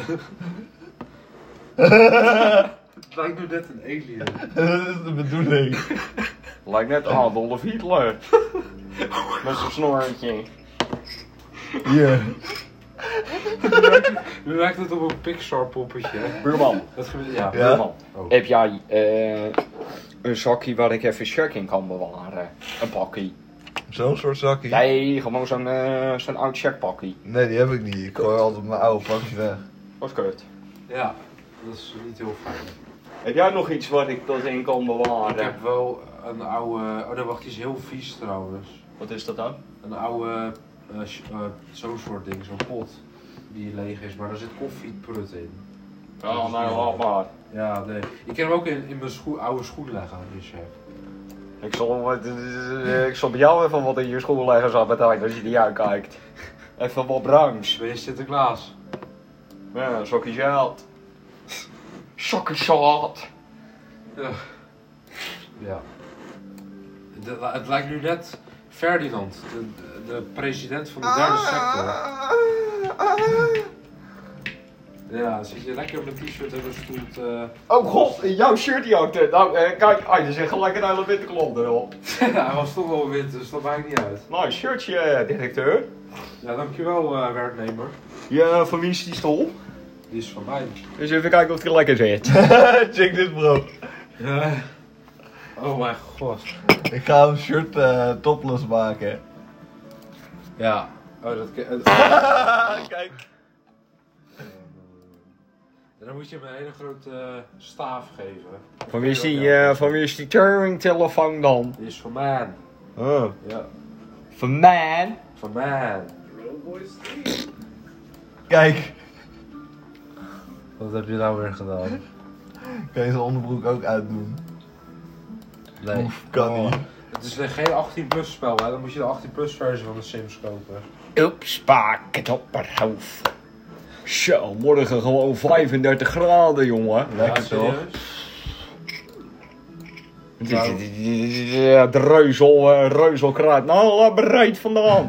Speaker 1: Het lijkt nu net een alien.
Speaker 2: Dat is de bedoeling.
Speaker 3: Lijkt net Adolf Hitler. Met zijn snorretje.
Speaker 2: Hier.
Speaker 1: Nu lijkt het op een Pixar poppetje.
Speaker 3: Buurman,
Speaker 1: Dat gebeurt, ja.
Speaker 2: Ja.
Speaker 3: buurman.
Speaker 1: Oh.
Speaker 3: Heb jij een zakje waar ik even check in kan bewaren? Een pakkie?
Speaker 2: Zo'n soort zakje?
Speaker 3: Nee, gewoon zo'n oud checkpakkie.
Speaker 2: Nee, die heb ik niet. Ik gooi altijd mijn oude pakje weg.
Speaker 3: Wat kut.
Speaker 1: Ja, dat is niet heel fijn.
Speaker 3: Heb jij nog iets waar ik dat in kan bewaren?
Speaker 1: Ik heb wel een oude... Oh nee, wacht, die is heel vies trouwens.
Speaker 3: Wat is dat dan?
Speaker 1: Een oude, zo'n soort ding, zo'n pot. Die leeg is, maar daar zit koffieprut in.
Speaker 3: Ja, nou, laat maar.
Speaker 1: Ja, nee. Ik kan hem ook in mijn oude schoen leggen, die chef.
Speaker 3: Ik zal bij jou even wat in je schoen leggen zo meteen als je die uitkijkt. Even wat bruins.
Speaker 1: Ben je Sinterklaas?
Speaker 3: Ja, een zakje zout. Zakje zout.
Speaker 1: Ja. Het lijkt nu net Ferdinand, de president van de derde sector. Ja, dan zit je lekker met een t-shirt en een stoel te...
Speaker 3: Oh god, jouw shirt die hangt er. Nou, kijk, je zegt gelijk een hele witte klont erop.
Speaker 1: Ja, hij was toch wel wit, dus dat maakt niet uit.
Speaker 3: Nou, shirtje, directeur.
Speaker 1: Ja, dankjewel werknemer.
Speaker 3: Ja, van wie is die stoel?
Speaker 1: Die is van mij.
Speaker 3: Dus even kijken of die lekker zit.
Speaker 2: Check dit, bro.
Speaker 1: Ja. Oh mijn god.
Speaker 2: Ik ga een shirt topless maken.
Speaker 1: Ja. Oh, dat...
Speaker 2: Kijk.
Speaker 1: En dan moet je hem een hele grote staaf geven.
Speaker 3: Van wie is die Turing-telefoon dan?
Speaker 1: Die is van mij.
Speaker 3: Oh.
Speaker 1: Ja.
Speaker 3: Van mij?
Speaker 1: Van mij.
Speaker 2: Kijk.
Speaker 1: Wat heb je nou weer gedaan?
Speaker 2: Kan je zijn onderbroek ook uitdoen?
Speaker 1: Nee.
Speaker 2: Oef, kan niet.
Speaker 1: Het is geen 18 plus spel, hè? Dan moet je de 18 plus versie van de Sims kopen.
Speaker 3: Oeps, pak het op het hoofd. Zo, morgen gewoon 35 graden, jongen.
Speaker 2: Lekker toch?
Speaker 3: Ja, de reuzelkruid. Nou, laat bereid vandaan.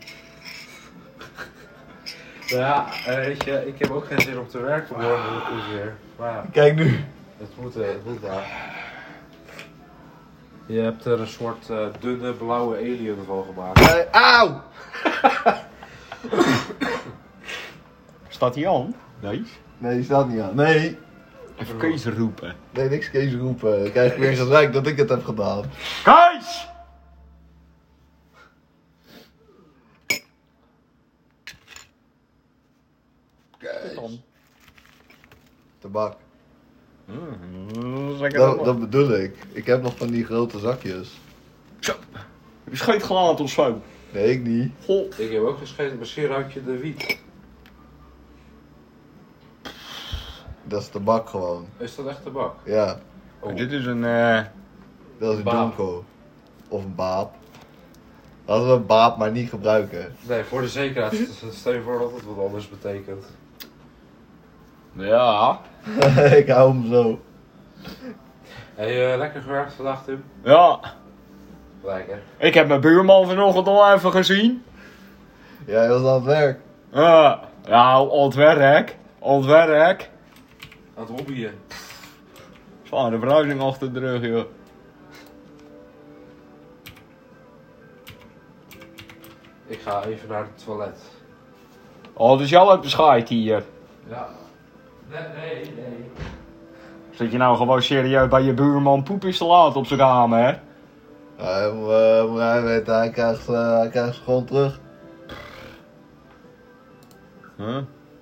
Speaker 1: Ja, weet je, ik heb ook geen zin om te werken morgen weer. Maar ja,
Speaker 2: Kijk nu.
Speaker 1: het moet daar. Je hebt er een soort dunne blauwe alien van gemaakt.
Speaker 2: Nee, auw!
Speaker 3: Staat hij aan? Nee.
Speaker 2: Nee, die staat niet aan. Nee.
Speaker 3: Even Kees roepen.
Speaker 2: Nee, niks Kees roepen. Dan krijg ik weer gezeik dat ik het heb gedaan.
Speaker 3: Kees!
Speaker 2: Kees. Tabak.
Speaker 3: Zeg
Speaker 2: Dat bedoel ik. Ik heb nog van die grote zakjes.
Speaker 3: Zo. Heb je scheet gelaten of zo?
Speaker 2: Nee, ik niet.
Speaker 3: Goh.
Speaker 1: Ik heb ook gescheten, misschien ruik je de wiet.
Speaker 2: Dat is tabak gewoon.
Speaker 1: Is dat echt tabak?
Speaker 2: Ja,
Speaker 1: Oh.
Speaker 3: Dit is een...
Speaker 2: dat is een
Speaker 1: Baap.
Speaker 2: jonko. Of een baap. Laten we een baap maar niet gebruiken.
Speaker 1: Nee, voor de zekerheid. Stel je voor dat het wat anders betekent.
Speaker 3: Ja.
Speaker 2: Ik hou hem zo.
Speaker 1: Hey, lekker gewerkt vandaag, Tim?
Speaker 3: Ja.
Speaker 1: Lekker.
Speaker 3: Ik heb mijn buurman vanochtend al even gezien.
Speaker 2: Jij was aan het werk.
Speaker 3: Ja, al het werk. Al het werk.
Speaker 1: Aan het hobbyen.
Speaker 3: Van de verhuizing achter de rug, joh.
Speaker 1: Ik ga even naar het toilet.
Speaker 3: Oh, dus jou hebt de scheid hier.
Speaker 1: Ja. Nee.
Speaker 3: Zit je nou gewoon serieus bij je buurman poepjes te laten op zijn kamer, hè?
Speaker 2: Maar hij weet, hij krijgt ze gewoon terug.
Speaker 3: Huh?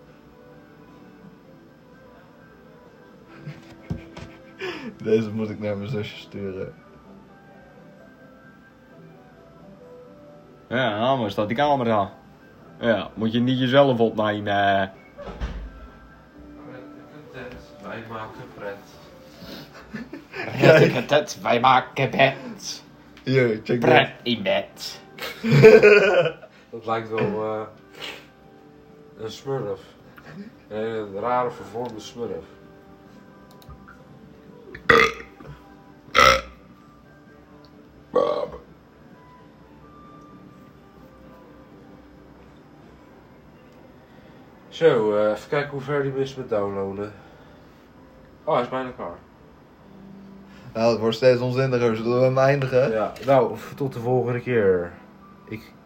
Speaker 2: Deze moet ik naar mijn zusje sturen.
Speaker 3: Ja, maar staat die camera. Ja, moet je niet jezelf opnemen.
Speaker 1: Wij maken pret.
Speaker 3: Het, wij maken bed.
Speaker 2: Hier, check
Speaker 3: Pret in bed.
Speaker 1: Dat lijkt wel een smurf. Een rare vervormde smurf. Zo, even kijken hoe ver die is met downloaden. Oh, hij is bijna klaar.
Speaker 2: Nou, het wordt steeds onzinniger. Zullen we hem eindigen?
Speaker 1: Ja, nou, tot de volgende keer. Ik